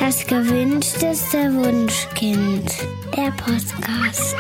Das gewünschteste Wunschkind, der Podcast.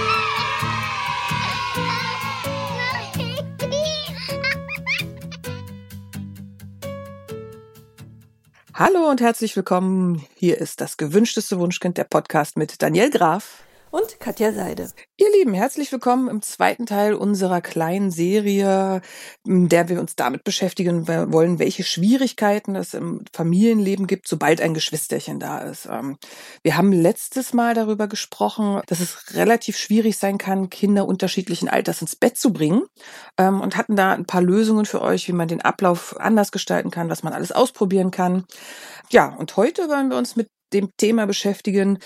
Hallo und herzlich willkommen. Hier ist das gewünschteste Wunschkind, der Podcast mit Danielle Graf und Katja Seide. Ihr Lieben, herzlich willkommen im zweiten Teil unserer kleinen Serie, in der wir uns damit beschäftigen wollen, welche Schwierigkeiten es im Familienleben gibt, sobald ein Geschwisterchen da ist. Wir haben letztes Mal darüber gesprochen, dass es relativ schwierig sein kann, Kinder unterschiedlichen Alters ins Bett zu bringen, und hatten da ein paar Lösungen für euch, wie man den Ablauf anders gestalten kann, was man alles ausprobieren kann. Ja, und heute wollen wir uns mit dem Thema beschäftigen,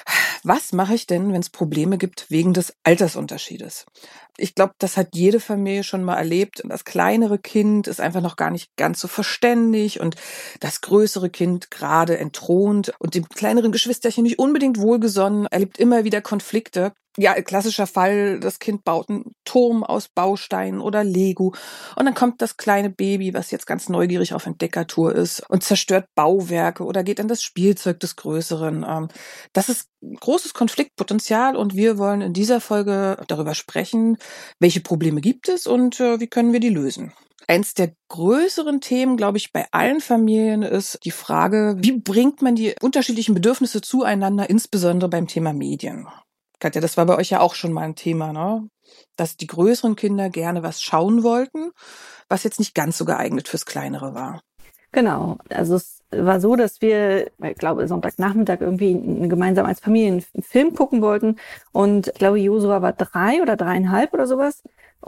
was mache ich denn, wenn es Probleme gibt wegen des Altersunterschiedes? Ich glaube, das hat jede Familie schon mal erlebt. Das kleinere Kind ist einfach noch gar nicht ganz so verständig und das größere Kind gerade entthront und dem kleineren Geschwisterchen nicht unbedingt wohlgesonnen, erlebt immer wieder Konflikte. Ja, klassischer Fall, das Kind baut einen Turm aus Bausteinen oder Lego und dann kommt das kleine Baby, was jetzt ganz neugierig auf Entdeckertour ist und zerstört Bauwerke oder geht an das Spielzeug des Größeren. Das ist großes Konfliktpotenzial und wir wollen in dieser Folge darüber sprechen, welche Probleme gibt es und wie können wir die lösen. Eins der größeren Themen, glaube ich, bei allen Familien ist die Frage, wie bringt man die unterschiedlichen Bedürfnisse zueinander, insbesondere beim Thema Medien. Katja, das war bei euch ja auch schon mal ein Thema, ne? Dass die größeren Kinder gerne was schauen wollten, was jetzt nicht ganz so geeignet fürs Kleinere war. Genau, also es war so, dass wir, ich glaube, Sonntagnachmittag irgendwie gemeinsam als Familie einen Film gucken wollten und ich glaube, Josua war 3 oder 3,5 oder sowas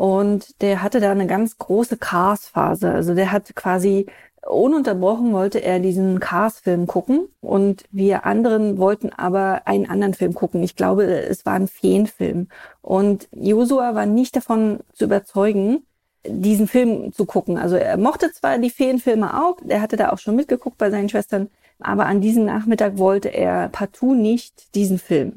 und der hatte da eine ganz große Cars-Phase, also der hat quasi ununterbrochen wollte er diesen Cars-Film gucken und wir anderen wollten aber einen anderen Film gucken. Ich glaube, es war ein Feenfilm und Josua war nicht davon zu überzeugen, diesen Film zu gucken. Also er mochte zwar die Feenfilme auch, er hatte da auch schon mitgeguckt bei seinen Schwestern, aber an diesem Nachmittag wollte er partout nicht diesen Film.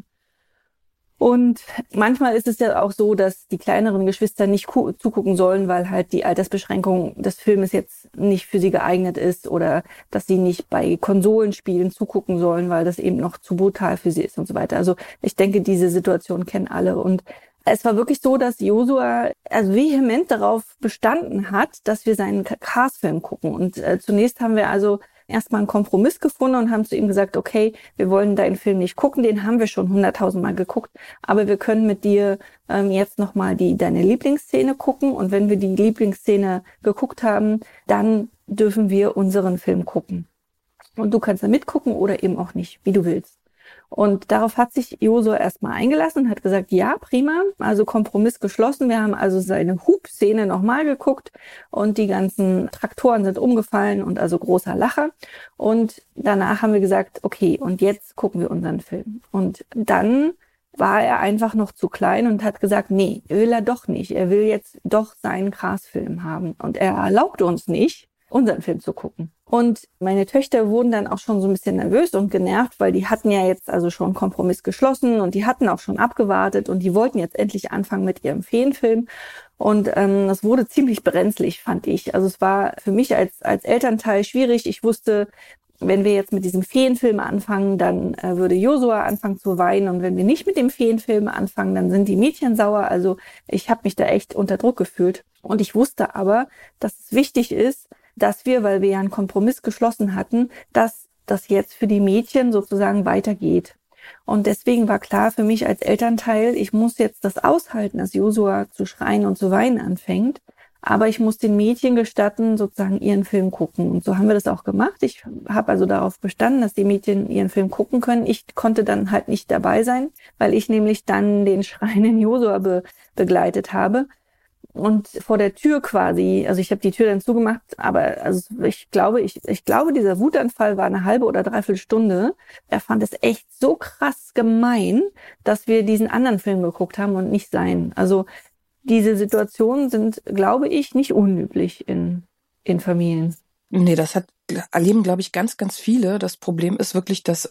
Und manchmal ist es ja auch so, dass die kleineren Geschwister nicht zugucken sollen, weil halt die Altersbeschränkung des Filmes jetzt nicht für sie geeignet ist oder dass sie nicht bei Konsolenspielen zugucken sollen, weil das eben noch zu brutal für sie ist und so weiter. Also ich denke, diese Situation kennen alle. Und es war wirklich so, dass Josua also vehement darauf bestanden hat, dass wir seinen Cars-Film gucken. Und zunächst haben wir also erstmal einen Kompromiss gefunden und haben zu ihm gesagt, okay, wir wollen deinen Film nicht gucken, den haben wir schon 100.000 Mal geguckt, aber wir können mit dir jetzt nochmal deine Lieblingsszene gucken und wenn wir die Lieblingsszene geguckt haben, dann dürfen wir unseren Film gucken. Und du kannst da mitgucken oder eben auch nicht, wie du willst. Und darauf hat sich Josua erstmal eingelassen und hat gesagt, ja, prima, also Kompromiss geschlossen. Wir haben also seine Hubszene nochmal geguckt und die ganzen Traktoren sind umgefallen und also großer Lacher. Und danach haben wir gesagt, okay, und jetzt gucken wir unseren Film. Und dann war er einfach noch zu klein und hat gesagt, nee, will er doch nicht. Er will jetzt doch seinen Cars-Film haben. Und er erlaubt uns nicht, unseren Film zu gucken. Und meine Töchter wurden dann auch schon so ein bisschen nervös und genervt, weil die hatten ja jetzt also schon einen Kompromiss geschlossen und die hatten auch schon abgewartet und die wollten jetzt endlich anfangen mit ihrem Feenfilm. Und das wurde ziemlich brenzlig, fand ich. Also es war für mich als Elternteil schwierig. Ich wusste, wenn wir jetzt mit diesem Feenfilm anfangen, dann würde Josua anfangen zu weinen. Und wenn wir nicht mit dem Feenfilm anfangen, dann sind die Mädchen sauer. Also ich habe mich da echt unter Druck gefühlt. Und ich wusste aber, dass es wichtig ist, dass wir, weil wir ja einen Kompromiss geschlossen hatten, dass das jetzt für die Mädchen sozusagen weitergeht. Und deswegen war klar für mich als Elternteil, ich muss jetzt das aushalten, dass Josua zu schreien und zu weinen anfängt. Aber ich muss den Mädchen gestatten, sozusagen ihren Film gucken. Und so haben wir das auch gemacht. Ich habe also darauf bestanden, dass die Mädchen ihren Film gucken können. Ich konnte dann halt nicht dabei sein, weil ich nämlich dann den schreienden Josua begleitet habe. Und vor der Tür quasi, also ich habe die Tür dann zugemacht, aber also ich glaube, dieser Wutanfall war eine halbe oder dreiviertel Stunde. Er fand es echt so krass gemein, dass wir diesen anderen Film geguckt haben und nicht seinen. Also diese Situationen sind, glaube ich, nicht unüblich in Familien. Nee, das erleben, glaube ich, ganz, ganz viele. Das Problem ist wirklich, dass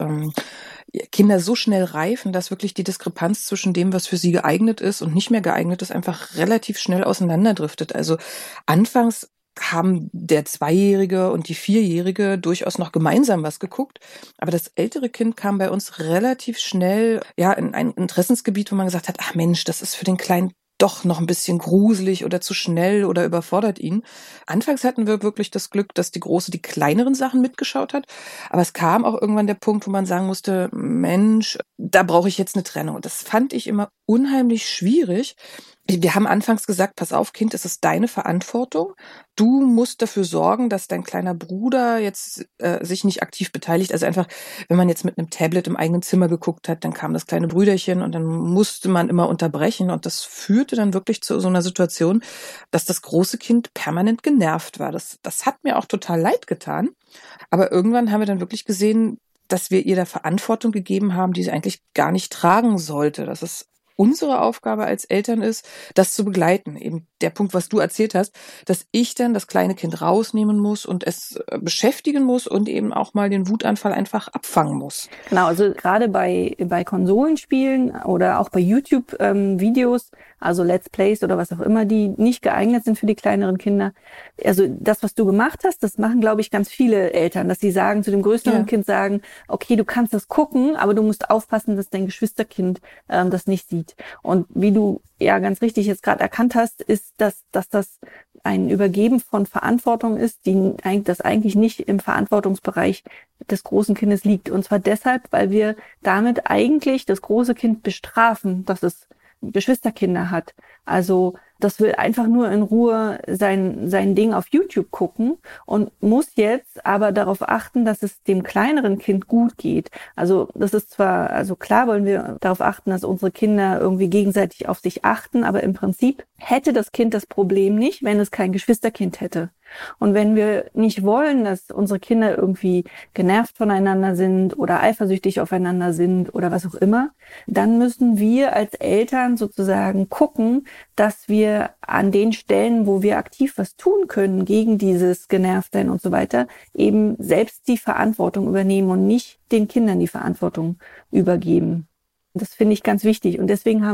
Kinder so schnell reifen, dass wirklich die Diskrepanz zwischen dem, was für sie geeignet ist und nicht mehr geeignet ist, einfach relativ schnell auseinanderdriftet. Also anfangs haben der Zweijährige und die Vierjährige durchaus noch gemeinsam was geguckt. Aber das ältere Kind kam bei uns relativ schnell in ein Interessensgebiet, wo man gesagt hat, ach Mensch, das ist für den Kleinen doch noch ein bisschen gruselig oder zu schnell oder überfordert ihn. Anfangs hatten wir wirklich das Glück, dass die Große die kleineren Sachen mitgeschaut hat. Aber es kam auch irgendwann der Punkt, wo man sagen musste, Mensch, da brauche ich jetzt eine Trennung. Und das fand ich immer unheimlich schwierig. Wir haben anfangs gesagt, pass auf, Kind, es ist deine Verantwortung. Du musst dafür sorgen, dass dein kleiner Bruder jetzt sich nicht aktiv beteiligt. Also einfach, wenn man jetzt mit einem Tablet im eigenen Zimmer geguckt hat, dann kam das kleine Brüderchen und dann musste man immer unterbrechen. Und das führte dann wirklich zu so einer Situation, dass das große Kind permanent genervt war. Das hat mir auch total leid getan. Aber irgendwann haben wir dann wirklich gesehen, dass wir ihr da Verantwortung gegeben haben, die sie eigentlich gar nicht tragen sollte. Das ist unsere Aufgabe als Eltern ist, das zu begleiten. Eben der Punkt, was du erzählt hast, dass ich dann das kleine Kind rausnehmen muss und es beschäftigen muss und eben auch mal den Wutanfall einfach abfangen muss. Genau, also gerade bei Konsolenspielen oder auch bei YouTube-Videos, also Let's Plays oder was auch immer, die nicht geeignet sind für die kleineren Kinder. Also das, was du gemacht hast, das machen, glaube ich, ganz viele Eltern, dass sie sagen, zu dem größeren Kind sagen, okay, du kannst das gucken, aber du musst aufpassen, dass dein Geschwisterkind das nicht sieht. Und wie du ja ganz richtig jetzt gerade erkannt hast, ist, dass das ein Übergeben von Verantwortung ist, das eigentlich nicht im Verantwortungsbereich des großen Kindes liegt. Und zwar deshalb, weil wir damit eigentlich das große Kind bestrafen, dass es Geschwisterkinder hat. Also das will einfach nur in Ruhe sein Ding auf YouTube gucken und muss jetzt aber darauf achten, dass es dem kleineren Kind gut geht. Also das ist zwar, also klar wollen wir darauf achten, dass unsere Kinder irgendwie gegenseitig auf sich achten, aber im Prinzip hätte das Kind das Problem nicht, wenn es kein Geschwisterkind hätte. Und wenn wir nicht wollen, dass unsere Kinder irgendwie genervt voneinander sind oder eifersüchtig aufeinander sind oder was auch immer, dann müssen wir als Eltern sozusagen gucken, dass wir an den Stellen, wo wir aktiv was tun können gegen dieses Genervtsein und so weiter, eben selbst die Verantwortung übernehmen und nicht den Kindern die Verantwortung übergeben. Das finde ich ganz wichtig. Und deswegen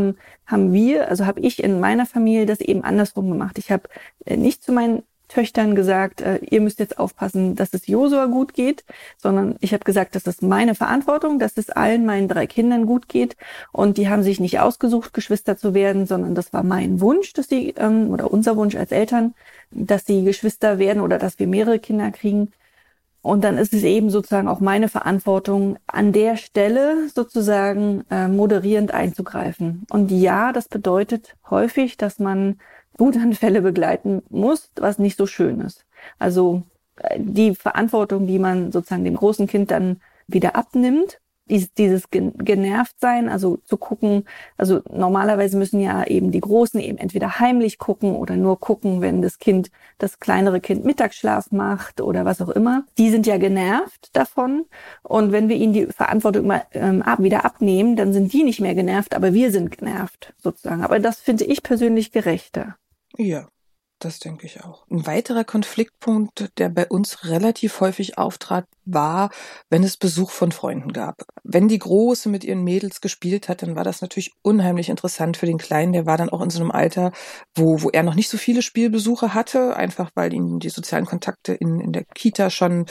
habe ich in meiner Familie das eben andersrum gemacht. Ich habe nicht zu meinen Töchtern gesagt, ihr müsst jetzt aufpassen, dass es Josua gut geht, sondern ich habe gesagt, das ist meine Verantwortung, dass es allen meinen 3 Kindern gut geht. Und die haben sich nicht ausgesucht, Geschwister zu werden, sondern das war mein Wunsch, dass sie oder unser Wunsch als Eltern, dass sie Geschwister werden oder dass wir mehrere Kinder kriegen. Und dann ist es eben sozusagen auch meine Verantwortung, an der Stelle sozusagen moderierend einzugreifen. Und ja, das bedeutet häufig, dass man Wutanfälle begleiten muss, was nicht so schön ist. Also die Verantwortung, die man sozusagen dem großen Kind dann wieder abnimmt, dieses Genervtsein, also zu gucken, also normalerweise müssen ja eben die Großen eben entweder heimlich gucken oder nur gucken, wenn das kleinere Kind Mittagsschlaf macht oder was auch immer. Die sind ja genervt davon und wenn wir ihnen die Verantwortung mal wieder abnehmen, dann sind die nicht mehr genervt, aber wir sind genervt sozusagen. Aber das finde ich persönlich gerechter. Ja, das denke ich auch. Ein weiterer Konfliktpunkt, der bei uns relativ häufig auftrat, war, wenn es Besuch von Freunden gab. Wenn die Große mit ihren Mädels gespielt hat, dann war das natürlich unheimlich interessant für den Kleinen. Der war dann auch in so einem Alter, wo er noch nicht so viele Spielbesuche hatte, einfach weil ihm die sozialen Kontakte in der Kita schon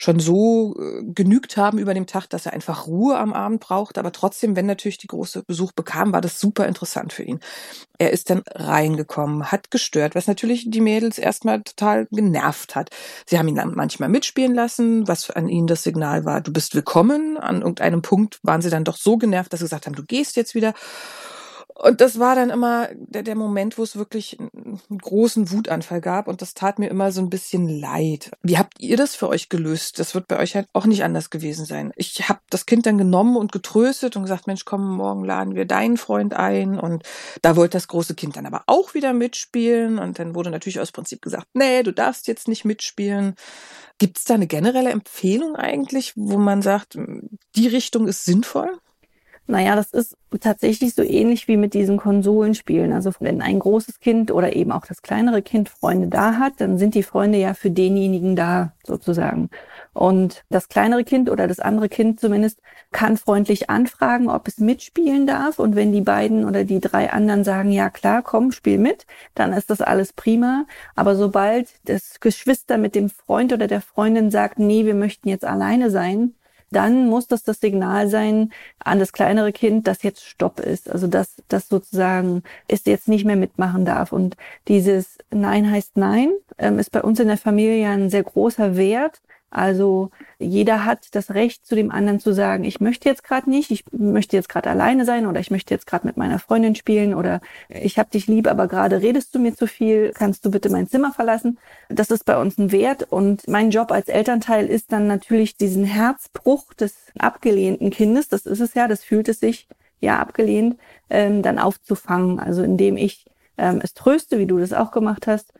so genügt haben über dem Tag, dass er einfach Ruhe am Abend braucht. Aber trotzdem, wenn natürlich die Große Besuch bekam, war das super interessant für ihn. Er ist dann reingekommen, hat gestört, was natürlich die Mädels erstmal total genervt hat. Sie haben ihn dann manchmal mitspielen lassen, was an ihnen das Signal war, du bist willkommen. An irgendeinem Punkt waren sie dann doch so genervt, dass sie gesagt haben, du gehst jetzt wieder. Und das war dann immer der Moment, wo es wirklich einen großen Wutanfall gab und das tat mir immer so ein bisschen leid. Wie habt ihr das für euch gelöst? Das wird bei euch halt auch nicht anders gewesen sein. Ich habe das Kind dann genommen und getröstet und gesagt, Mensch, komm, morgen laden wir deinen Freund ein und da wollte das große Kind dann aber auch wieder mitspielen und dann wurde natürlich aus Prinzip gesagt, nee, du darfst jetzt nicht mitspielen. Gibt es da eine generelle Empfehlung eigentlich, wo man sagt, die Richtung ist sinnvoll? Naja, das ist tatsächlich so ähnlich wie mit diesen Konsolenspielen. Also wenn ein großes Kind oder eben auch das kleinere Kind Freunde da hat, dann sind die Freunde ja für denjenigen da, sozusagen. Und das kleinere Kind oder das andere Kind zumindest kann freundlich anfragen, ob es mitspielen darf. Und wenn die beiden oder die 3 anderen sagen, ja klar, komm, spiel mit, dann ist das alles prima. Aber sobald das Geschwister mit dem Freund oder der Freundin sagt, nee, wir möchten jetzt alleine sein, dann muss das Signal sein an das kleinere Kind, dass jetzt Stopp ist. Also dass das sozusagen es jetzt nicht mehr mitmachen darf. Und dieses Nein heißt Nein ist bei uns in der Familie ein sehr großer Wert. Also jeder hat das Recht, zu dem anderen zu sagen, ich möchte jetzt gerade nicht, ich möchte jetzt gerade alleine sein oder ich möchte jetzt gerade mit meiner Freundin spielen oder ich habe dich lieb, aber gerade redest du mir zu viel, kannst du bitte mein Zimmer verlassen? Das ist bei uns ein Wert und mein Job als Elternteil ist dann natürlich diesen Herzbruch des abgelehnten Kindes, das ist es ja, das fühlt es sich ja abgelehnt, dann aufzufangen, also indem ich es tröste, wie du das auch gemacht hast,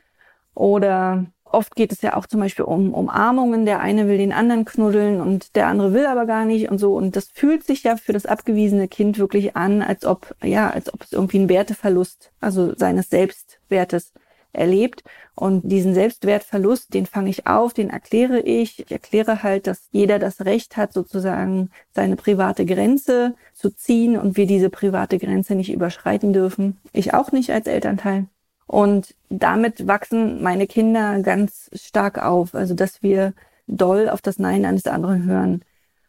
oder oft geht es ja auch zum Beispiel um Umarmungen. Der eine will den anderen knuddeln und der andere will aber gar nicht und so. Und das fühlt sich ja für das abgewiesene Kind wirklich an, als ob es irgendwie einen Werteverlust, also seines Selbstwertes erlebt. Und diesen Selbstwertverlust, den fange ich auf, den erkläre ich. Ich erkläre halt, dass jeder das Recht hat, sozusagen seine private Grenze zu ziehen und wir diese private Grenze nicht überschreiten dürfen. Ich auch nicht als Elternteil. Und damit wachsen meine Kinder ganz stark auf, also dass wir doll auf das Nein eines anderen hören.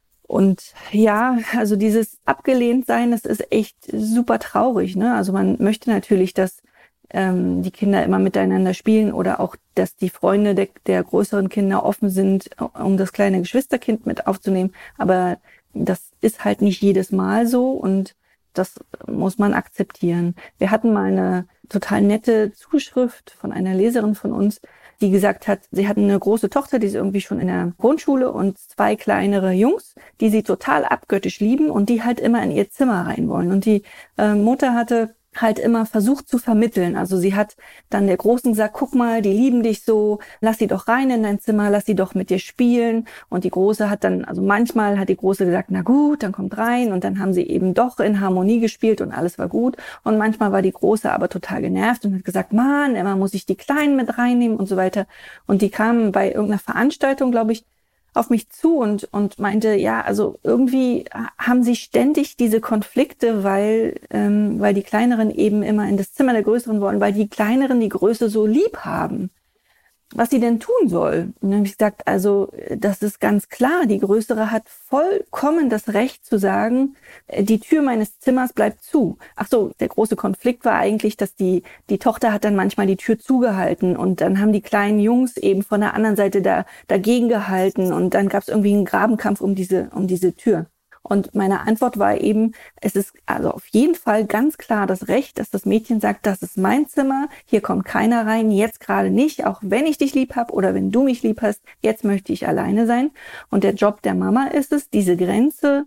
Und ja, also dieses Abgelehntsein, das ist echt super traurig, ne? Also man möchte natürlich, dass die Kinder immer miteinander spielen oder auch, dass die Freunde der größeren Kinder offen sind, um das kleine Geschwisterkind mit aufzunehmen. Aber das ist halt nicht jedes Mal so und das muss man akzeptieren. Wir hatten mal eine total nette Zuschrift von einer Leserin von uns, die gesagt hat, sie hatten eine große Tochter, die ist irgendwie schon in der Grundschule und 2 kleinere Jungs, die sie total abgöttisch lieben und die halt immer in ihr Zimmer rein wollen. Und die Mutter hatte halt immer versucht zu vermitteln. Also sie hat dann der Großen gesagt, guck mal, die lieben dich so, lass sie doch rein in dein Zimmer, lass sie doch mit dir spielen. Und die Große hat dann, also manchmal hat die Große gesagt, na gut, dann kommt rein. Und dann haben sie eben doch in Harmonie gespielt und alles war gut. Und manchmal war die Große aber total genervt und hat gesagt, Mann, immer muss ich die Kleinen mit reinnehmen und so weiter. Und die kamen bei irgendeiner Veranstaltung, glaube ich, auf mich zu und meinte, ja, also irgendwie haben sie ständig diese Konflikte, weil die Kleineren eben immer in das Zimmer der Größeren wollen, weil die Kleineren die Größe so lieb haben. Was sie denn tun soll. Und dann habe ich gesagt, also das ist ganz klar, die Größere hat vollkommen das Recht zu sagen, die Tür meines Zimmers bleibt zu. Ach so, der große Konflikt war eigentlich, dass die Tochter hat dann manchmal die Tür zugehalten und dann haben die kleinen Jungs eben von der anderen Seite dagegen gehalten und dann gab es irgendwie einen Grabenkampf um diese Tür. Und meine Antwort war eben, es ist also auf jeden Fall ganz klar das Recht, dass das Mädchen sagt, das ist mein Zimmer, hier kommt keiner rein, jetzt gerade nicht, auch wenn ich dich lieb habe oder wenn du mich lieb hast, jetzt möchte ich alleine sein. Und der Job der Mama ist es, diese Grenze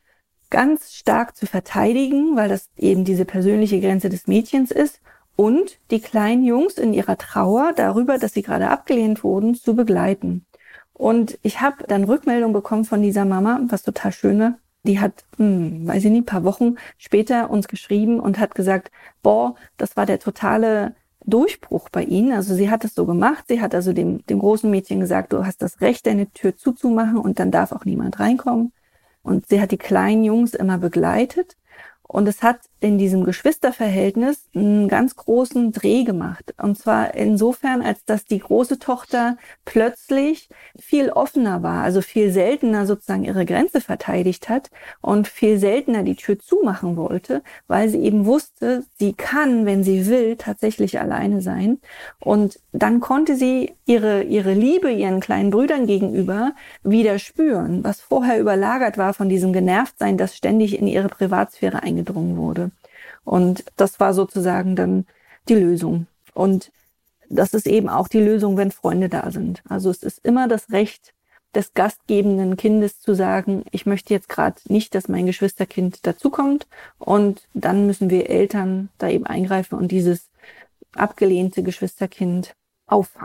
ganz stark zu verteidigen, weil das eben diese persönliche Grenze des Mädchens ist und die kleinen Jungs in ihrer Trauer darüber, dass sie gerade abgelehnt wurden, zu begleiten. Und ich habe dann Rückmeldung bekommen von dieser Mama, was total schön war. Die hat, weiß ich nicht, ein paar Wochen später uns geschrieben und hat gesagt, boah, das war der totale Durchbruch bei ihnen. Also sie hat es so gemacht. Sie hat also dem großen Mädchen gesagt, du hast das Recht, deine Tür zuzumachen und dann darf auch niemand reinkommen. Und sie hat die kleinen Jungs immer begleitet. Und es hat in diesem Geschwisterverhältnis einen ganz großen Dreh gemacht. Und zwar insofern, als dass die große Tochter plötzlich viel offener war, also viel seltener sozusagen ihre Grenze verteidigt hat und viel seltener die Tür zumachen wollte, weil sie eben wusste, sie kann, wenn sie will, tatsächlich alleine sein. Und dann konnte sie ihre Liebe ihren kleinen Brüdern gegenüber wieder spüren, was vorher überlagert war von diesem Genervtsein, das ständig in ihre Privatsphäre eingedrungen wurde. Und das war sozusagen dann die Lösung. Und das ist eben auch die Lösung, wenn Freunde da sind. Also es ist immer das Recht des gastgebenden Kindes zu sagen, ich möchte jetzt gerade nicht, dass mein Geschwisterkind dazukommt. Und dann müssen wir Eltern da eben eingreifen und dieses abgelehnte Geschwisterkind auffangen.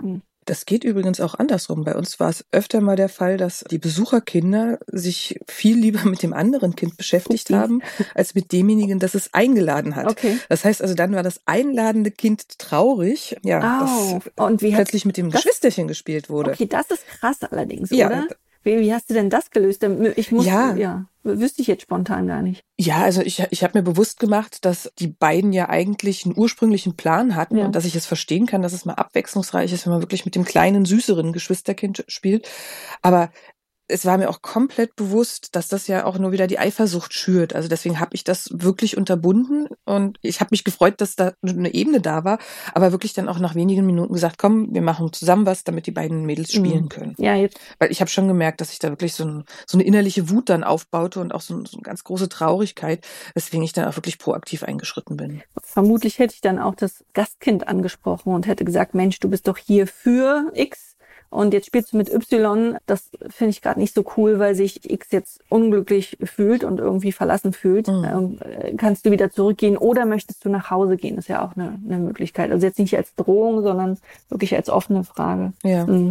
Das geht übrigens auch andersrum. Bei uns war es öfter mal der Fall, dass die Besucherkinder sich viel lieber mit dem anderen Kind beschäftigt haben, als mit demjenigen, das es eingeladen hat. Okay. Das heißt also, dann war das einladende Kind traurig, dass und wie plötzlich mit dem Geschwisterchen gespielt wurde. Okay, das ist krass allerdings, Ja. oder? Wie hast du denn das gelöst? Wüsste ich jetzt spontan gar nicht. Ja, also ich habe mir bewusst gemacht, dass die beiden ja eigentlich einen ursprünglichen Plan hatten und dass ich es verstehen kann, dass es mal abwechslungsreich ist, wenn man wirklich mit dem kleinen, süßeren Geschwisterkind spielt. Aber es war mir auch komplett bewusst, dass das ja auch nur wieder die Eifersucht schürt. Also deswegen habe ich das wirklich unterbunden und ich habe mich gefreut, dass da eine Ebene da war, aber wirklich dann auch nach wenigen Minuten gesagt, komm, wir machen zusammen was, damit die beiden Mädels spielen können. Ja, jetzt. Weil ich habe schon gemerkt, dass sich da wirklich so eine innerliche Wut dann aufbaute und auch so eine ganz große Traurigkeit, weswegen ich dann auch wirklich proaktiv eingeschritten bin. Vermutlich hätte ich dann auch das Gastkind angesprochen und hätte gesagt, Mensch, du bist doch hier für X. Und jetzt spielst du mit Y, das finde ich gerade nicht so cool, weil sich X jetzt unglücklich fühlt und irgendwie verlassen fühlt. Kannst du wieder zurückgehen oder möchtest du nach Hause gehen? Das ist ja auch eine Möglichkeit. Also jetzt nicht als Drohung, sondern wirklich als offene Frage. Ja. So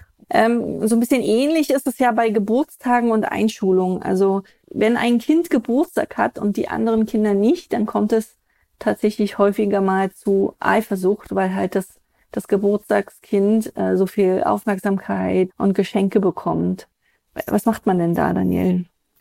ein bisschen ähnlich ist es ja bei Geburtstagen und Einschulungen. Also wenn ein Kind Geburtstag hat und die anderen Kinder nicht, dann kommt es tatsächlich häufiger mal zu Eifersucht, weil halt das Geburtstagskind so viel Aufmerksamkeit und Geschenke bekommt. Was macht man denn da, Daniel?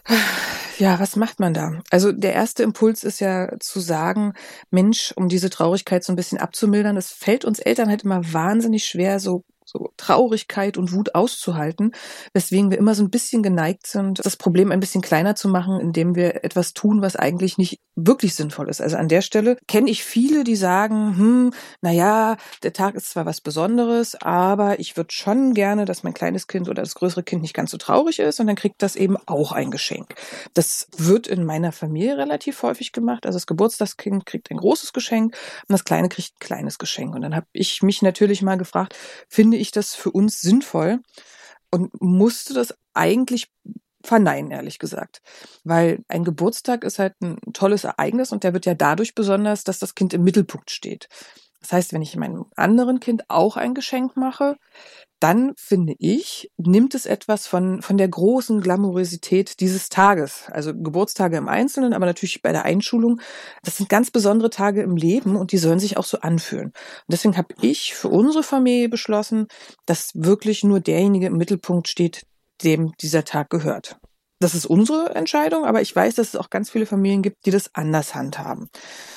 Ja, was macht man da? Also der erste Impuls ist ja zu sagen, Mensch, um diese Traurigkeit so ein bisschen abzumildern, es fällt uns Eltern halt immer wahnsinnig schwer, so Traurigkeit und Wut auszuhalten, weswegen wir immer so ein bisschen geneigt sind, das Problem ein bisschen kleiner zu machen, indem wir etwas tun, was eigentlich nicht wirklich sinnvoll ist. Also an der Stelle kenne ich viele, die sagen, der Tag ist zwar was Besonderes, aber ich würde schon gerne, dass mein kleines Kind oder das größere Kind nicht ganz so traurig ist und dann kriegt das eben auch ein Geschenk. Das wird in meiner Familie relativ häufig gemacht. Also das Geburtstagskind kriegt ein großes Geschenk und das Kleine kriegt ein kleines Geschenk. Und dann habe ich mich natürlich mal gefragt, finde ich das für uns sinnvoll und musste das eigentlich verneinen, ehrlich gesagt. Weil ein Geburtstag ist halt ein tolles Ereignis und der wird ja dadurch besonders, dass das Kind im Mittelpunkt steht. Das heißt, wenn ich meinem anderen Kind auch ein Geschenk mache, dann finde ich, nimmt es etwas von der großen Glamourosität dieses Tages. Also Geburtstage im Einzelnen, aber natürlich bei der Einschulung. Das sind ganz besondere Tage im Leben und die sollen sich auch so anfühlen. Und deswegen habe ich für unsere Familie beschlossen, dass wirklich nur derjenige im Mittelpunkt steht, dem dieser Tag gehört. Das ist unsere Entscheidung, aber ich weiß, dass es auch ganz viele Familien gibt, die das anders handhaben.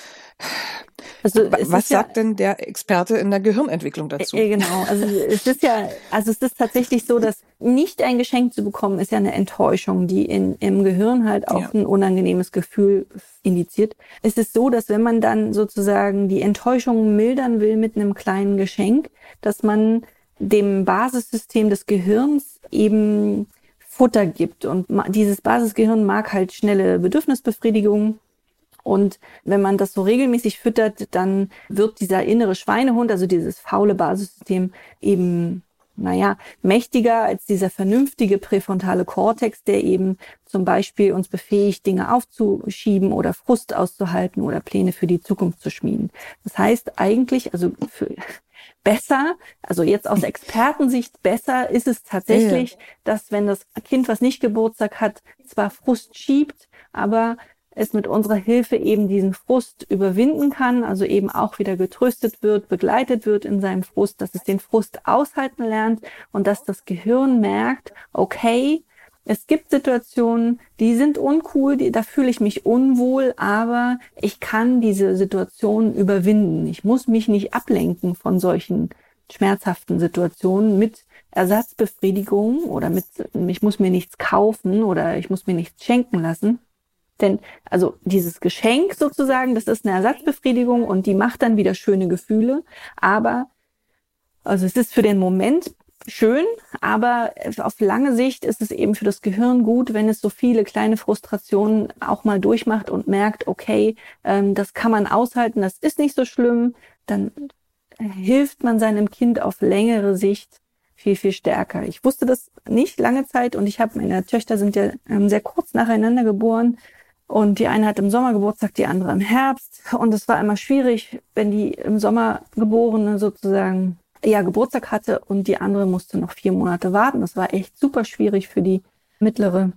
Also was sagt denn der Experte in der Gehirnentwicklung dazu? Genau, es ist tatsächlich so, dass nicht ein Geschenk zu bekommen, ist ja eine Enttäuschung, die im Gehirn halt auch ein unangenehmes Gefühl indiziert. Es ist so, dass wenn man dann sozusagen die Enttäuschung mildern will mit einem kleinen Geschenk, dass man dem Basissystem des Gehirns eben Futter gibt. Und dieses Basisgehirn mag halt schnelle Bedürfnisbefriedigung. Und wenn man das so regelmäßig füttert, dann wird dieser innere Schweinehund, also dieses faule Basissystem, eben, mächtiger als dieser vernünftige präfrontale Kortex, der eben zum Beispiel uns befähigt, Dinge aufzuschieben oder Frust auszuhalten oder Pläne für die Zukunft zu schmieden. Das heißt eigentlich, besser, also jetzt aus Expertensicht besser ist es tatsächlich, dass wenn das Kind, was nicht Geburtstag hat, zwar Frust schiebt, aber es mit unserer Hilfe eben diesen Frust überwinden kann, also eben auch wieder getröstet wird, begleitet wird in seinem Frust, dass es den Frust aushalten lernt und dass das Gehirn merkt, okay, es gibt Situationen, die sind uncool, da fühle ich mich unwohl, aber ich kann diese Situation überwinden. Ich muss mich nicht ablenken von solchen schmerzhaften Situationen mit Ersatzbefriedigung oder ich muss mir nichts kaufen oder ich muss mir nichts schenken lassen. Denn also dieses Geschenk sozusagen, das ist eine Ersatzbefriedigung und die macht dann wieder schöne Gefühle. Aber also es ist für den Moment schön, aber auf lange Sicht ist es eben für das Gehirn gut, wenn es so viele kleine Frustrationen auch mal durchmacht und merkt, okay, das kann man aushalten, das ist nicht so schlimm. Dann hilft man seinem Kind auf längere Sicht viel, viel stärker. Ich wusste das nicht lange Zeit und meine Töchter sind ja sehr kurz nacheinander geboren. Und die eine hat im Sommer Geburtstag, die andere im Herbst. Und es war immer schwierig, wenn die im Sommer Geborene sozusagen Geburtstag hatte und die andere musste noch 4 Monate warten. Das war echt super schwierig für die mittlere.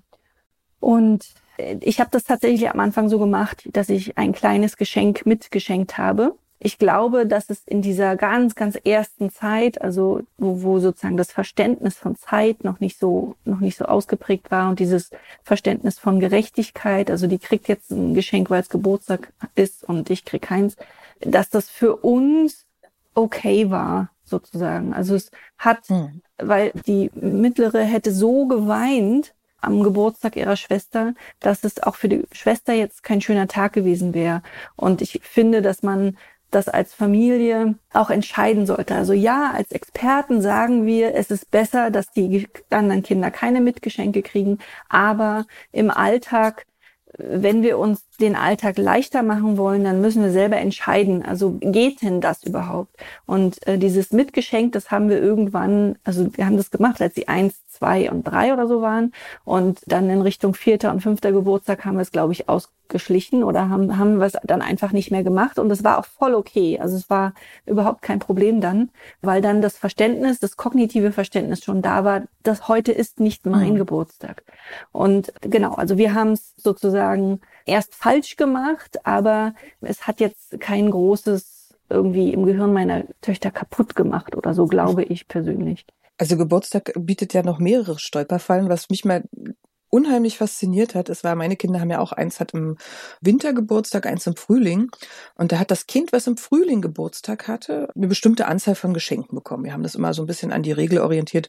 Und ich habe das tatsächlich am Anfang so gemacht, dass ich ein kleines Geschenk mitgeschenkt habe. Ich glaube, dass es in dieser ganz, ganz ersten Zeit, also wo sozusagen das Verständnis von Zeit noch nicht so ausgeprägt war und dieses Verständnis von Gerechtigkeit, also die kriegt jetzt ein Geschenk, weil es Geburtstag ist und ich krieg keins, dass das für uns okay war, sozusagen. Also es hat, weil die mittlere hätte so geweint am Geburtstag ihrer Schwester, dass es auch für die Schwester jetzt kein schöner Tag gewesen wäre. Und ich finde, dass man das als Familie auch entscheiden sollte. Also ja, als Experten sagen wir, es ist besser, dass die anderen Kinder keine Mitgeschenke kriegen, aber im Alltag, wenn wir uns den Alltag leichter machen wollen, dann müssen wir selber entscheiden, also geht denn das überhaupt? Und dieses Mitgeschenk, das haben wir irgendwann, also wir haben das gemacht, als sie 1, 2 und 3 oder so waren und dann in Richtung 4. und 5. Geburtstag haben wir es, glaube ich, ausgeschlichen oder haben wir es dann einfach nicht mehr gemacht und es war auch voll okay. Also es war überhaupt kein Problem dann, weil dann das Verständnis, das kognitive Verständnis schon da war, dass heute ist nicht mein Geburtstag. Und genau, also wir haben es sozusagen erst falsch gemacht, aber es hat jetzt kein großes irgendwie im Gehirn meiner Töchter kaputt gemacht oder so, glaube ich persönlich. Also Geburtstag bietet ja noch mehrere Stolperfallen, was mich mal unheimlich fasziniert hat. Es war, meine Kinder haben ja auch, eins hat im Winter Geburtstag, eins im Frühling. Und da hat das Kind, was im Frühling Geburtstag hatte, eine bestimmte Anzahl von Geschenken bekommen. Wir haben das immer so ein bisschen an die Regel orientiert.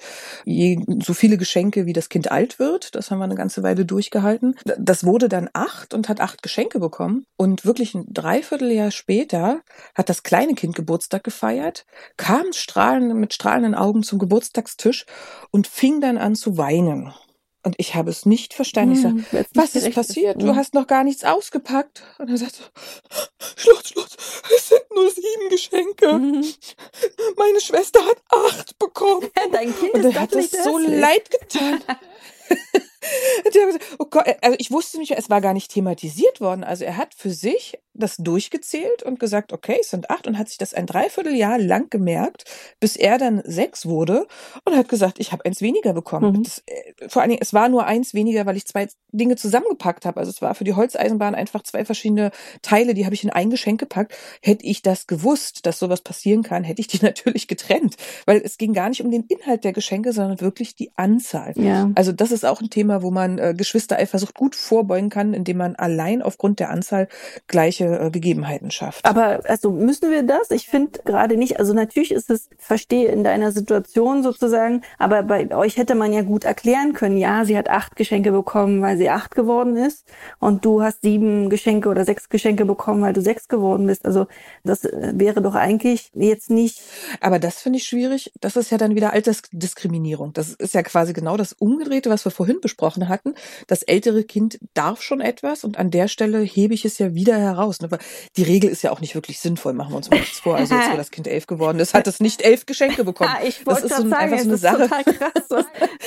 So viele Geschenke, wie das Kind alt wird. Das haben wir eine ganze Weile durchgehalten. Das wurde dann 8 und hat 8 Geschenke bekommen. Und wirklich ein Dreivierteljahr später hat das kleine Kind Geburtstag gefeiert, kam mit strahlenden Augen zum Geburtstagstisch und fing dann an zu weinen. Und ich habe es nicht verstanden. Ich sage, was ist passiert? Du hast noch gar nichts ausgepackt. Und er sagt, Schluss, es sind nur 7 Geschenke. Meine Schwester hat 8 bekommen. Dein Kind und ist er hat es so leid getan. Oh Gott, also ich wusste nicht, es war gar nicht thematisiert worden. Also er hat für sich das durchgezählt und gesagt, okay, es sind 8 und hat sich das ein Dreivierteljahr lang gemerkt, bis er dann 6 wurde und hat gesagt, ich habe 1 weniger bekommen. Vor allen Dingen, es war nur 1 weniger, weil ich 2 Dinge zusammengepackt habe. Also es war für die Holzeisenbahn einfach 2 verschiedene Teile, die habe ich in ein Geschenk gepackt. Hätte ich das gewusst, dass sowas passieren kann, hätte ich die natürlich getrennt, weil es ging gar nicht um den Inhalt der Geschenke, sondern wirklich die Anzahl. Ja. Also das ist auch ein Thema, wo man Geschwistereifersucht gut vorbeugen kann, indem man allein aufgrund der Anzahl gleiche Gegebenheiten schafft. Aber also müssen wir das? Ich finde gerade nicht, also natürlich ist es, verstehe in deiner Situation sozusagen, aber bei euch hätte man ja gut erklären können, ja, sie hat 8 Geschenke bekommen, weil sie 8 geworden ist und du hast 7 Geschenke oder 6 Geschenke bekommen, weil du 6 geworden bist. Also das wäre doch eigentlich jetzt nicht... Aber das finde ich schwierig. Das ist ja dann wieder Altersdiskriminierung. Das ist ja quasi genau das Umgedrehte, was wir vorhin besprochen hatten. Das ältere Kind darf schon etwas und an der Stelle hebe ich es ja wieder heraus. Die Regel ist ja auch nicht wirklich sinnvoll, machen wir uns mal nichts vor. Also jetzt, wo das Kind 11 geworden ist, hat es nicht 11 Geschenke bekommen. Ja, ich wollte gerade sagen, einfach so eine das Sache. ist total krass.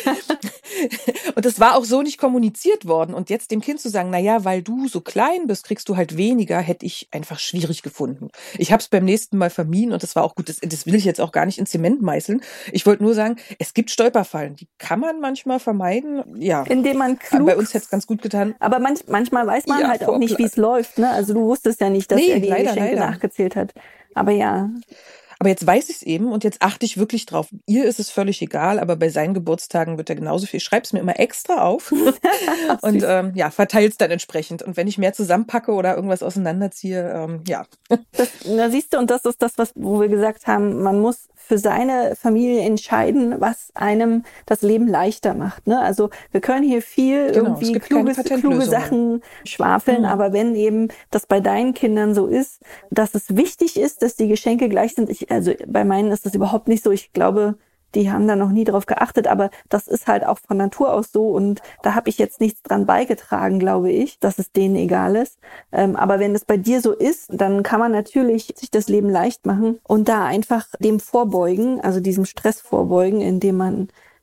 Und das war auch so nicht kommuniziert worden. Und jetzt dem Kind zu sagen, naja, weil du so klein bist, kriegst du halt weniger, hätte ich einfach schwierig gefunden. Ich habe es beim nächsten Mal vermieden und das war auch gut. Das will ich jetzt auch gar nicht in Zement meißeln. Ich wollte nur sagen, es gibt Stolperfallen. Die kann man manchmal vermeiden. Ja. Indem man klug... Bei uns hätte es ganz gut getan. Aber manchmal weiß man halt auch nicht, wie es läuft. Ne? Also du wusstest ja nicht, dass er die Geschenke nachgezählt hat. Aber ja. Aber jetzt weiß ich es eben und jetzt achte ich wirklich drauf. Ihr ist es völlig egal, aber bei seinen Geburtstagen wird er genauso viel. Ich schreibe es mir immer extra auf und verteile es dann entsprechend. Und wenn ich mehr zusammenpacke oder irgendwas auseinanderziehe, Da siehst du, und das ist das, wo wir gesagt haben, man muss für seine Familie entscheiden, was einem das Leben leichter macht. Ne? Also wir können hier viel irgendwie kluge Sachen schwafeln, aber wenn eben das bei deinen Kindern so ist, dass es wichtig ist, dass die Geschenke gleich sind. Also bei meinen ist das überhaupt nicht so. Ich glaube, die haben da noch nie drauf geachtet, aber das ist halt auch von Natur aus so und da habe ich jetzt nichts dran beigetragen, glaube ich, dass es denen egal ist. Aber wenn es bei dir so ist, dann kann man natürlich sich das Leben leicht machen und da einfach dem vorbeugen, also diesem Stress vorbeugen, indem man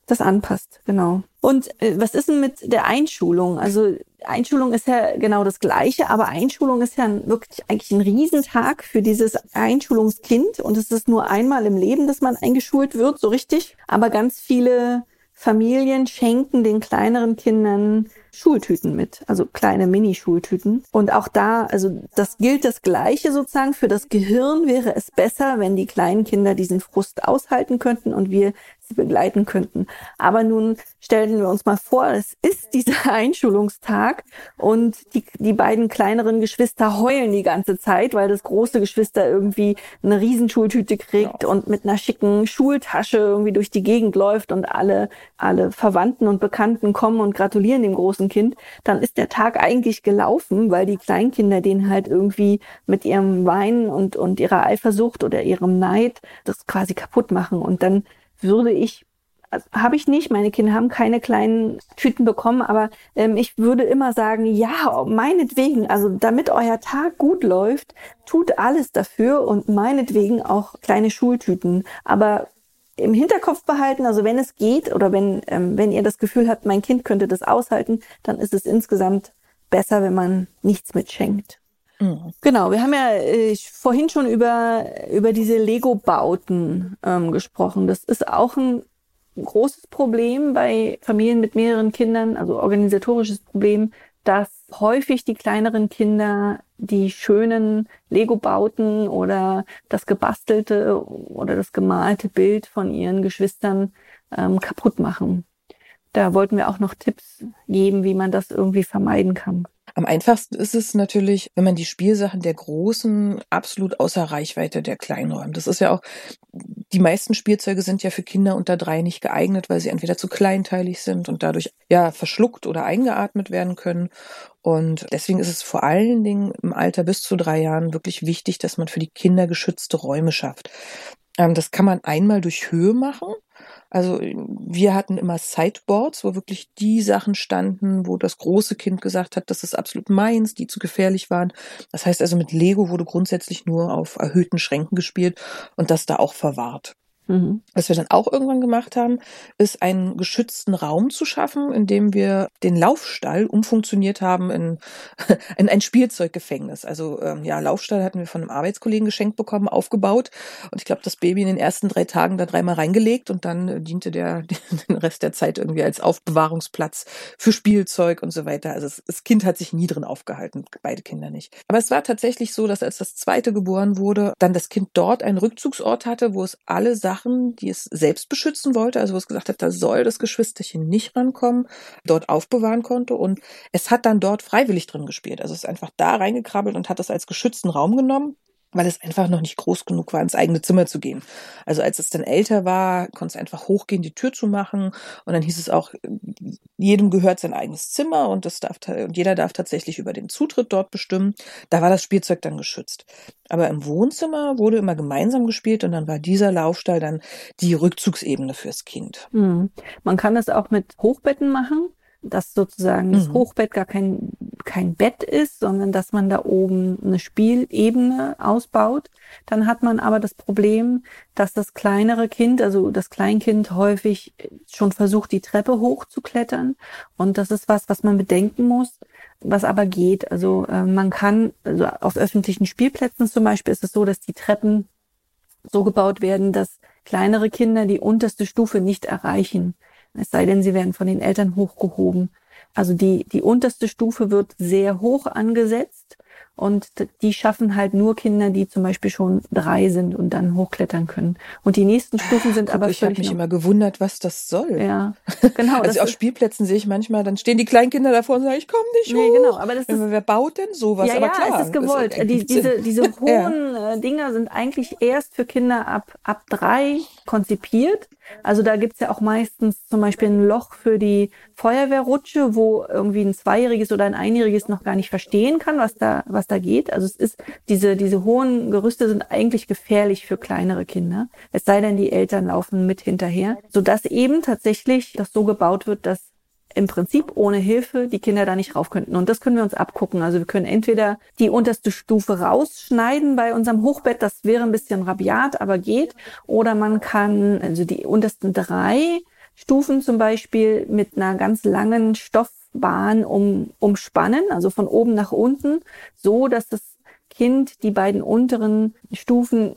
das anpasst, genau. Und was ist denn mit der Einschulung? Also Einschulung ist ja genau das Gleiche, aber Einschulung ist ja wirklich eigentlich ein Riesentag für dieses Einschulungskind. Und es ist nur einmal im Leben, dass man eingeschult wird, so richtig. Aber ganz viele Familien schenken den kleineren Kindern Schultüten mit, also kleine Mini-Schultüten. Und auch da, also das gilt das Gleiche sozusagen. Für das Gehirn wäre es besser, wenn die kleinen Kinder diesen Frust aushalten könnten und wir sie begleiten könnten. Aber nun stellen wir uns mal vor, es ist dieser Einschulungstag und die beiden kleineren Geschwister heulen die ganze Zeit, weil das große Geschwister irgendwie eine Riesenschultüte kriegt und mit einer schicken Schultasche irgendwie durch die Gegend läuft und alle Verwandten und Bekannten kommen und gratulieren dem großen Kind, dann ist der Tag eigentlich gelaufen, weil die Kleinkinder den halt irgendwie mit ihrem Weinen und ihrer Eifersucht oder ihrem Neid das quasi kaputt machen. Und dann habe ich nicht, meine Kinder haben keine kleinen Tüten bekommen, aber ich würde immer sagen, ja, meinetwegen, also damit euer Tag gut läuft, tut alles dafür und meinetwegen auch kleine Schultüten. Aber im Hinterkopf behalten, also wenn es geht oder wenn ihr das Gefühl habt, mein Kind könnte das aushalten, dann ist es insgesamt besser, wenn man nichts mitschenkt. Mhm. Genau, wir haben ja vorhin schon über diese Lego-Bauten gesprochen. Das ist auch ein großes Problem bei Familien mit mehreren Kindern, also organisatorisches Problem, dass häufig die kleineren Kinder die schönen Lego-Bauten oder das gebastelte oder das gemalte Bild von ihren Geschwistern kaputt machen. Da wollten wir auch noch Tipps geben, wie man das irgendwie vermeiden kann. Am einfachsten ist es natürlich, wenn man die Spielsachen der Großen absolut außer Reichweite der Kleinen räumt. Das ist ja auch, die meisten Spielzeuge sind ja für Kinder unter 3 nicht geeignet, weil sie entweder zu kleinteilig sind und dadurch ja verschluckt oder eingeatmet werden können. Und deswegen ist es vor allen Dingen im Alter bis zu 3 Jahren wirklich wichtig, dass man für die Kinder geschützte Räume schafft. Das kann man einmal durch Höhe machen. Also wir hatten immer Sideboards, wo wirklich die Sachen standen, wo das große Kind gesagt hat, das ist absolut meins, die zu gefährlich waren. Das heißt also, mit Lego wurde grundsätzlich nur auf erhöhten Schränken gespielt und das da auch verwahrt. Mhm. Was wir dann auch irgendwann gemacht haben, ist einen geschützten Raum zu schaffen, in dem wir den Laufstall umfunktioniert haben in ein Spielzeuggefängnis. Also Laufstall hatten wir von einem Arbeitskollegen geschenkt bekommen, aufgebaut. Und ich glaube, das Baby in den ersten 3 Tagen da 3-mal reingelegt und dann diente der den Rest der Zeit irgendwie als Aufbewahrungsplatz für Spielzeug und so weiter. Also das Kind hat sich nie drin aufgehalten, beide Kinder nicht. Aber es war tatsächlich so, dass als das zweite geboren wurde, dann das Kind dort einen Rückzugsort hatte, wo es alle Sachen, die es selbst beschützen wollte, also wo es gesagt hat, da soll das Geschwisterchen nicht rankommen, dort aufbewahren konnte und es hat dann dort freiwillig drin gespielt. Also es ist einfach da reingekrabbelt und hat das als geschützten Raum genommen, weil es einfach noch nicht groß genug war, ins eigene Zimmer zu gehen. Also als es dann älter war, konnte es einfach hochgehen, die Tür zu machen und dann hieß es auch, jedem gehört sein eigenes Zimmer und jeder darf tatsächlich über den Zutritt dort bestimmen. Da war das Spielzeug dann geschützt. Aber im Wohnzimmer wurde immer gemeinsam gespielt und dann war dieser Laufstall dann die Rückzugsebene fürs Kind. Mhm. Man kann das auch mit Hochbetten machen, dass sozusagen das Hochbett gar kein Bett ist, sondern dass man da oben eine Spielebene ausbaut. Dann hat man aber das Problem, dass das kleinere Kind, also das Kleinkind häufig schon versucht, die Treppe hochzuklettern. Und das ist was man bedenken muss, was aber geht. Also man kann, also auf öffentlichen Spielplätzen zum Beispiel ist es so, dass die Treppen so gebaut werden, dass kleinere Kinder die unterste Stufe nicht erreichen. Es sei denn, sie werden von den Eltern hochgehoben. Also die unterste Stufe wird sehr hoch angesetzt und die schaffen halt nur Kinder, die zum Beispiel schon 3 sind und dann hochklettern können. Und die nächsten Stufen sind aber ich habe mich immer gewundert, was das soll. Ja, genau. Also auf Spielplätzen sehe ich manchmal, dann stehen die Kleinkinder davor und sagen, ich komme nicht hoch. Nee, genau. Aber das ist, wer baut denn sowas? Ja, aber klar, es ist gewollt. Diese hohen Dinger sind eigentlich erst für Kinder ab 3 konzipiert. Also da gibt's ja auch meistens zum Beispiel ein Loch für die Feuerwehrrutsche, wo irgendwie ein 2-Jähriges oder ein 1-Jähriges noch gar nicht verstehen kann, was da geht. Also es ist, diese hohen Gerüste sind eigentlich gefährlich für kleinere Kinder. Es sei denn, die Eltern laufen mit hinterher, sodass eben tatsächlich das so gebaut wird, dass im Prinzip ohne Hilfe die Kinder da nicht rauf könnten. Und das können wir uns abgucken. Also wir können entweder die unterste Stufe rausschneiden bei unserem Hochbett, das wäre ein bisschen rabiat, aber geht. Oder man kann also die untersten 3 Stufen zum Beispiel mit einer ganz langen Stoffbahn umspannen, also von oben nach unten, so dass das Kind die beiden unteren Stufen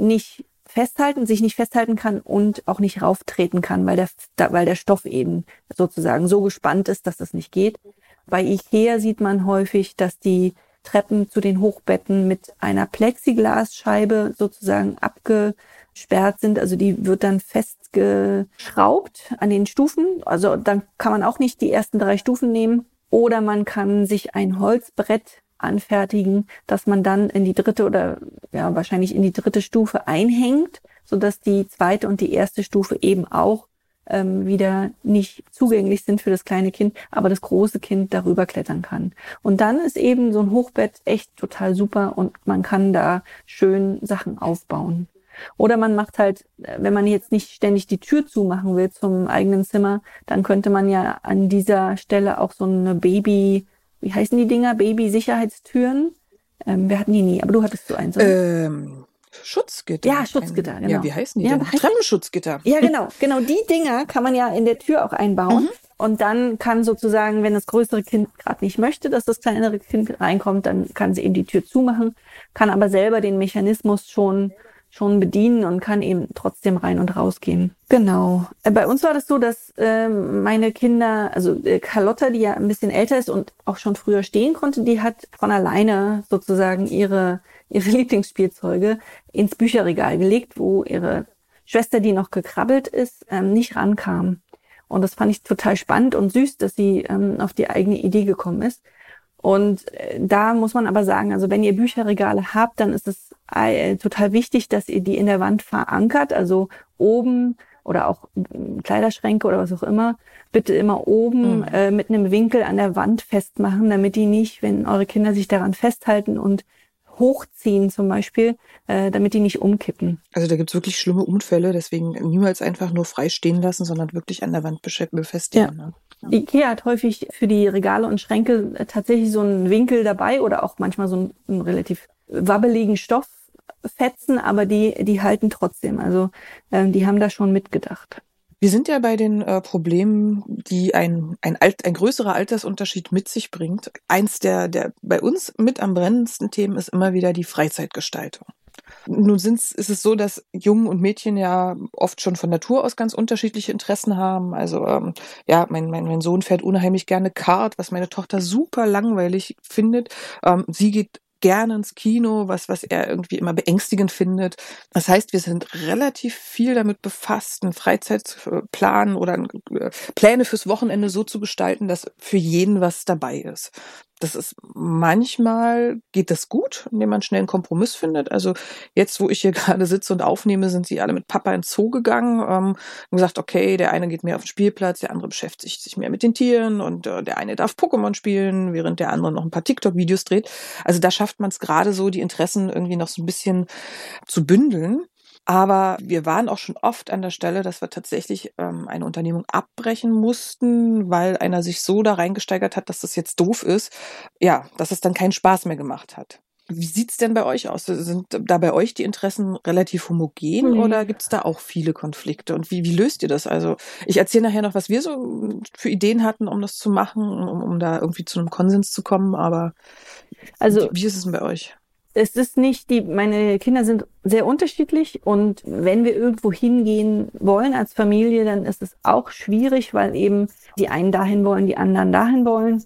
sich nicht festhalten kann und auch nicht rauftreten kann, weil der Stoff eben sozusagen so gespannt ist, dass das nicht geht. Bei IKEA sieht man häufig, dass die Treppen zu den Hochbetten mit einer Plexiglasscheibe sozusagen abgesperrt sind. Also die wird dann festgeschraubt an den Stufen. Also dann kann man auch nicht die ersten 3 Stufen nehmen. Oder man kann sich ein Holzbrett anfertigen, dass man dann in die dritte oder ja wahrscheinlich in die dritte Stufe einhängt, sodass die zweite und die erste Stufe eben auch wieder nicht zugänglich sind für das kleine Kind, aber das große Kind darüber klettern kann. Und dann ist eben so ein Hochbett echt total super und man kann da schön Sachen aufbauen. Oder man macht halt, wenn man jetzt nicht ständig die Tür zumachen will zum eigenen Zimmer, dann könnte man ja an dieser Stelle auch so eine wie heißen die Dinger? Baby-Sicherheitstüren? Wir hatten die nie, aber du hattest so eins, oder? Schutzgitter. Ja, Schutzgitter, genau. Ja, wie heißen die denn? Treppenschutzgitter. Ja, genau. Genau, die Dinger kann man ja in der Tür auch einbauen. Und dann kann sozusagen, wenn das größere Kind gerade nicht möchte, dass das kleinere Kind reinkommt, dann kann sie eben die Tür zumachen, kann aber selber den Mechanismus schon bedienen und kann eben trotzdem rein und rausgehen. Genau. Bei uns war das so, dass meine Kinder, also Carlotta, die ja ein bisschen älter ist und auch schon früher stehen konnte, die hat von alleine sozusagen ihre Lieblingsspielzeuge ins Bücherregal gelegt, wo ihre Schwester, die noch gekrabbelt ist, nicht rankam. Und das fand ich total spannend und süß, dass sie auf die eigene Idee gekommen ist. Und da muss man aber sagen, also wenn ihr Bücherregale habt, dann ist es total wichtig, dass ihr die in der Wand verankert, also oben oder auch Kleiderschränke oder was auch immer, bitte immer oben mit einem Winkel an der Wand festmachen, damit die nicht, wenn eure Kinder sich daran festhalten und hochziehen zum Beispiel, damit die nicht umkippen. Also da gibt's wirklich schlimme Unfälle, deswegen niemals einfach nur frei stehen lassen, sondern wirklich an der Wand befestigen. Ja. Ne? IKEA hat häufig für die Regale und Schränke tatsächlich so einen Winkel dabei oder auch manchmal so einen relativ wabbeligen Stofffetzen, aber die halten trotzdem. Also die haben da schon mitgedacht. Wir sind ja bei den Problemen, die ein größerer Altersunterschied mit sich bringt. Eins der bei uns mit am brennendsten Themen ist immer wieder die Freizeitgestaltung. Nun ist es so, dass Jungen und Mädchen ja oft schon von Natur aus ganz unterschiedliche Interessen haben. Also mein Sohn fährt unheimlich gerne Kart, was meine Tochter super langweilig findet. Sie geht gerne ins Kino, was er irgendwie immer beängstigend findet. Das heißt, wir sind relativ viel damit befasst, einen Freizeitplan oder Pläne fürs Wochenende so zu gestalten, dass für jeden was dabei ist. Das ist manchmal geht das gut, indem man schnell einen Kompromiss findet. Also jetzt, wo ich hier gerade sitze und aufnehme, sind sie alle mit Papa ins Zoo gegangen und gesagt, okay, der eine geht mehr auf den Spielplatz, der andere beschäftigt sich mehr mit den Tieren und der eine darf Pokémon spielen, während der andere noch ein paar TikTok-Videos dreht. Also da schafft man es gerade so, die Interessen irgendwie noch so ein bisschen zu bündeln. Aber wir waren auch schon oft an der Stelle, dass wir tatsächlich eine Unternehmung abbrechen mussten, weil einer sich so da reingesteigert hat, dass das jetzt doof ist. Ja, dass es dann keinen Spaß mehr gemacht hat. Wie sieht's denn bei euch aus? Sind da bei euch die Interessen relativ homogen oder gibt's da auch viele Konflikte? Und wie löst ihr das? Also ich erzähle nachher noch, was wir so für Ideen hatten, um das zu machen, um da irgendwie zu einem Konsens zu kommen. Aber also wie ist es denn bei euch? Es ist nicht meine Kinder sind sehr unterschiedlich und wenn wir irgendwo hingehen wollen als Familie, dann ist es auch schwierig, weil eben die einen dahin wollen, die anderen dahin wollen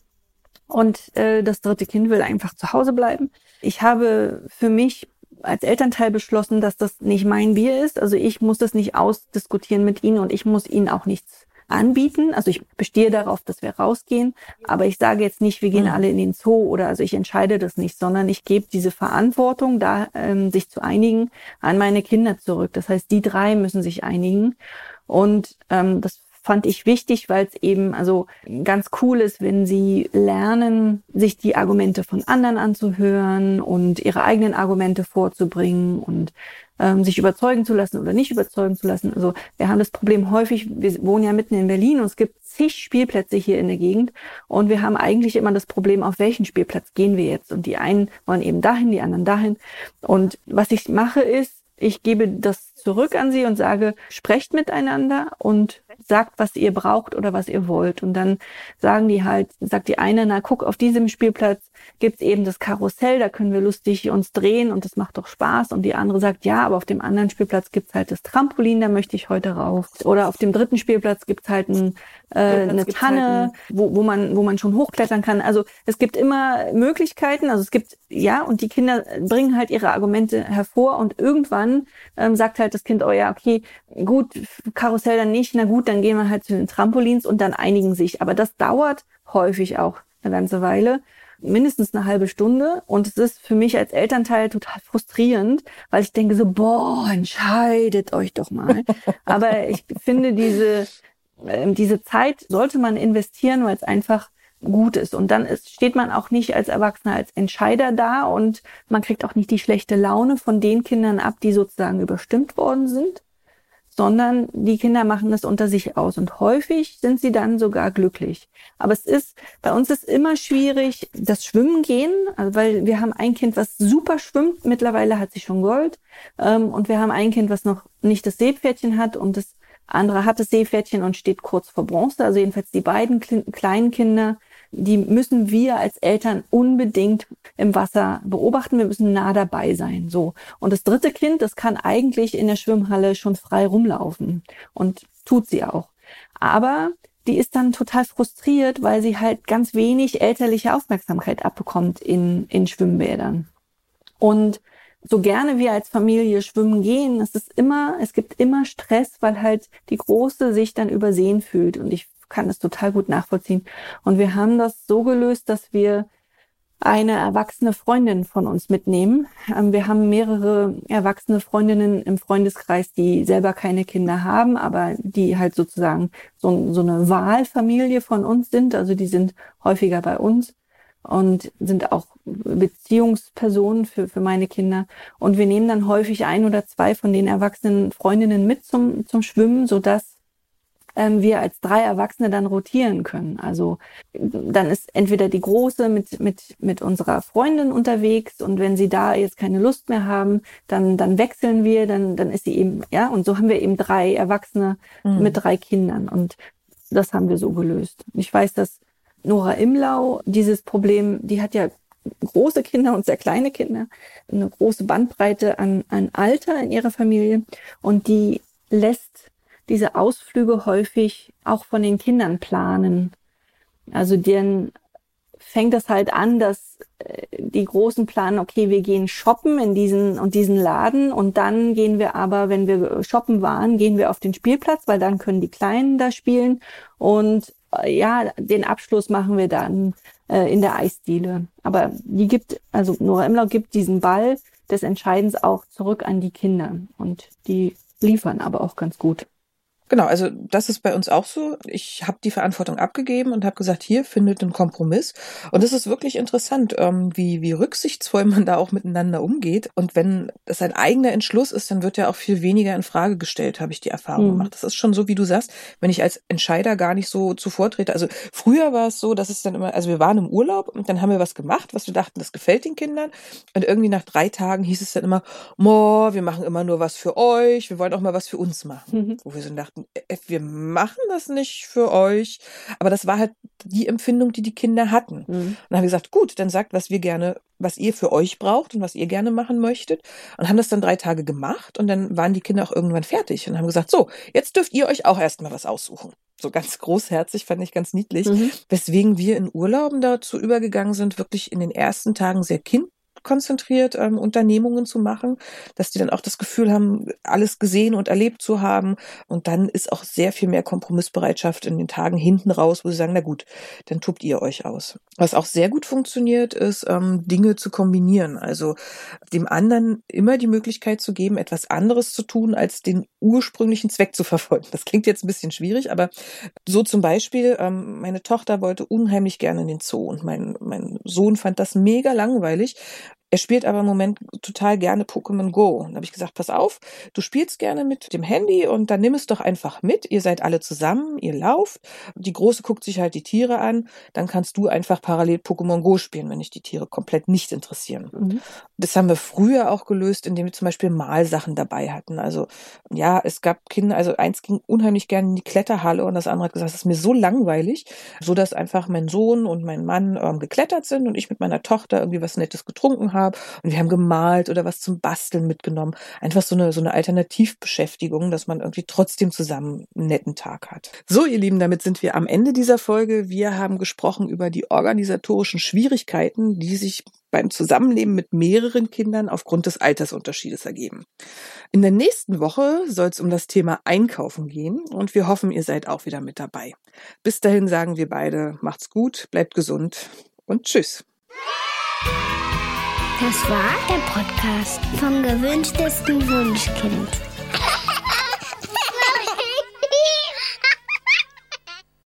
und das dritte Kind will einfach zu Hause bleiben. Ich habe für mich als Elternteil beschlossen, dass das nicht mein Bier ist. Also ich muss das nicht ausdiskutieren mit ihnen und ich muss ihnen auch nichts anbieten. Also ich bestehe darauf, dass wir rausgehen, aber ich sage jetzt nicht, wir gehen alle in den Zoo oder also ich entscheide das nicht, sondern ich gebe diese Verantwortung, da sich zu einigen, an meine Kinder zurück. Das heißt, die 3 müssen sich einigen und das fand ich wichtig, weil es eben also ganz cool ist, wenn sie lernen, sich die Argumente von anderen anzuhören und ihre eigenen Argumente vorzubringen und sich überzeugen zu lassen oder nicht überzeugen zu lassen. Also wir haben das Problem häufig, wir wohnen ja mitten in Berlin und es gibt zig Spielplätze hier in der Gegend und wir haben eigentlich immer das Problem, auf welchen Spielplatz gehen wir jetzt? Und die einen wollen eben dahin, die anderen dahin. Und was ich mache ist, ich gebe das zurück an sie und sage, sprecht miteinander und sagt, was ihr braucht oder was ihr wollt. Und dann sagt die eine, na guck, auf diesem Spielplatz gibt's eben das Karussell, da können wir lustig uns drehen und das macht doch Spaß. Und die andere sagt, ja, aber auf dem anderen Spielplatz gibt's halt das Trampolin, da möchte ich heute rauf. Oder auf dem dritten Spielplatz gibt's halt eine Tanne, wo man schon hochklettern kann. Also es gibt immer Möglichkeiten, und die Kinder bringen halt ihre Argumente hervor und irgendwann sagt halt das Kind, oh ja, okay, gut, Karussell dann nicht, na gut, dann gehen wir halt zu den Trampolins und dann einigen sich. Aber das dauert häufig auch eine ganze Weile, mindestens eine halbe Stunde. Und es ist für mich als Elternteil total frustrierend, weil ich denke so, entscheidet euch doch mal. Aber ich finde, diese Zeit sollte man investieren, weil es einfach gut ist. Und dann steht man auch nicht als Erwachsener als Entscheider da und man kriegt auch nicht die schlechte Laune von den Kindern ab, die sozusagen überstimmt worden sind, sondern die Kinder machen das unter sich aus. Und häufig sind sie dann sogar glücklich. Aber bei uns ist immer schwierig, das Schwimmen gehen, also weil wir haben ein Kind, was super schwimmt, mittlerweile hat sie schon Gold, und wir haben ein Kind, was noch nicht das Seepferdchen hat und das andere hat das Seepferdchen und steht kurz vor Bronze. Also jedenfalls die beiden kleinen Kinder, die müssen wir als Eltern unbedingt im Wasser beobachten. Wir müssen nah dabei sein. So. Und das dritte Kind, das kann eigentlich in der Schwimmhalle schon frei rumlaufen und tut sie auch. Aber die ist dann total frustriert, weil sie halt ganz wenig elterliche Aufmerksamkeit abbekommt in Schwimmbädern. Und so gerne wir als Familie schwimmen gehen, es gibt immer Stress, weil halt die Große sich dann übersehen fühlt. Und ich kann das total gut nachvollziehen. Und wir haben das so gelöst, dass wir eine erwachsene Freundin von uns mitnehmen. Wir haben mehrere erwachsene Freundinnen im Freundeskreis, die selber keine Kinder haben, aber die halt sozusagen so eine Wahlfamilie von uns sind. Also die sind häufiger bei uns und sind auch Beziehungspersonen für meine Kinder. Und wir nehmen dann häufig 1 oder 2 von den erwachsenen Freundinnen mit zum Schwimmen, sodass wir als 3 Erwachsene dann rotieren können. Also dann ist entweder die Große mit unserer Freundin unterwegs und wenn sie da jetzt keine Lust mehr haben, dann wechseln wir, dann ist sie eben, ja, und so haben wir eben 3 Erwachsene mit 3 Kindern und das haben wir so gelöst. Ich weiß, dass Nora Imlau dieses Problem, die hat ja große Kinder und sehr kleine Kinder, eine große Bandbreite an Alter in ihrer Familie und die lässt diese Ausflüge häufig auch von den Kindern planen. Also denen fängt das halt an, dass die Großen planen, okay, wir gehen shoppen in diesen Laden und dann gehen wir aber, wenn wir shoppen waren, gehen wir auf den Spielplatz, weil dann können die Kleinen da spielen und den Abschluss machen wir dann in der Eisdiele. Aber Nora Imlau gibt diesen Ball des Entscheidens auch zurück an die Kinder und die liefern aber auch ganz gut. Genau, also das ist bei uns auch so. Ich habe die Verantwortung abgegeben und habe gesagt, hier findet einen Kompromiss. Und es ist wirklich interessant, wie rücksichtsvoll man da auch miteinander umgeht. Und wenn das ein eigener Entschluss ist, dann wird ja auch viel weniger in Frage gestellt, habe ich die Erfahrung gemacht. Das ist schon so, wie du sagst, wenn ich als Entscheider gar nicht so zuvor trete. Also früher war es so, dass es dann immer, also wir waren im Urlaub und dann haben wir was gemacht, was wir dachten, das gefällt den Kindern. Und irgendwie nach 3 Tagen hieß es dann immer, wir machen immer nur was für euch, wir wollen auch mal was für uns machen. Wo wir so dachten, wir machen das nicht für euch. Aber das war halt die Empfindung, die Kinder hatten. Und dann haben wir gesagt, gut, dann sagt, was ihr für euch braucht und was ihr gerne machen möchtet. Und haben das dann 3 Tage gemacht und dann waren die Kinder auch irgendwann fertig und haben gesagt, so, jetzt dürft ihr euch auch erstmal was aussuchen. So ganz großherzig, fand ich ganz niedlich. Weswegen wir in Urlauben dazu übergegangen sind, wirklich in den ersten Tagen sehr konzentriert Unternehmungen zu machen, dass die dann auch das Gefühl haben, alles gesehen und erlebt zu haben. Und dann ist auch sehr viel mehr Kompromissbereitschaft in den Tagen hinten raus, wo sie sagen, na gut, dann tobt ihr euch aus. Was auch sehr gut funktioniert, ist, Dinge zu kombinieren. Also dem anderen immer die Möglichkeit zu geben, etwas anderes zu tun, als den ursprünglichen Zweck zu verfolgen. Das klingt jetzt ein bisschen schwierig, aber so zum Beispiel, meine Tochter wollte unheimlich gerne in den Zoo und mein Sohn fand das mega langweilig. Er spielt aber im Moment total gerne Pokémon Go. Und da habe ich gesagt, pass auf, du spielst gerne mit dem Handy und dann nimm es doch einfach mit. Ihr seid alle zusammen, ihr lauft. Die Große guckt sich halt die Tiere an. Dann kannst du einfach parallel Pokémon Go spielen, wenn dich die Tiere komplett nicht interessieren. Mhm. Das haben wir früher auch gelöst, indem wir zum Beispiel Malsachen dabei hatten. Also ja, es gab Kinder, also eins ging unheimlich gerne in die Kletterhalle und das andere hat gesagt, es ist mir so langweilig, so dass einfach mein Sohn und mein Mann geklettert sind und ich mit meiner Tochter irgendwie was Nettes getrunken habe und wir haben gemalt oder was zum Basteln mitgenommen. Einfach so eine Alternativbeschäftigung, dass man irgendwie trotzdem zusammen einen netten Tag hat. So, ihr Lieben, damit sind wir am Ende dieser Folge. Wir haben gesprochen über die organisatorischen Schwierigkeiten, die sich beim Zusammenleben mit mehreren Kindern aufgrund des Altersunterschiedes ergeben. In der nächsten Woche soll es um das Thema Einkaufen gehen und wir hoffen, ihr seid auch wieder mit dabei. Bis dahin sagen wir beide, macht's gut, bleibt gesund und tschüss. Das war der Podcast vom gewünschtesten Wunschkind.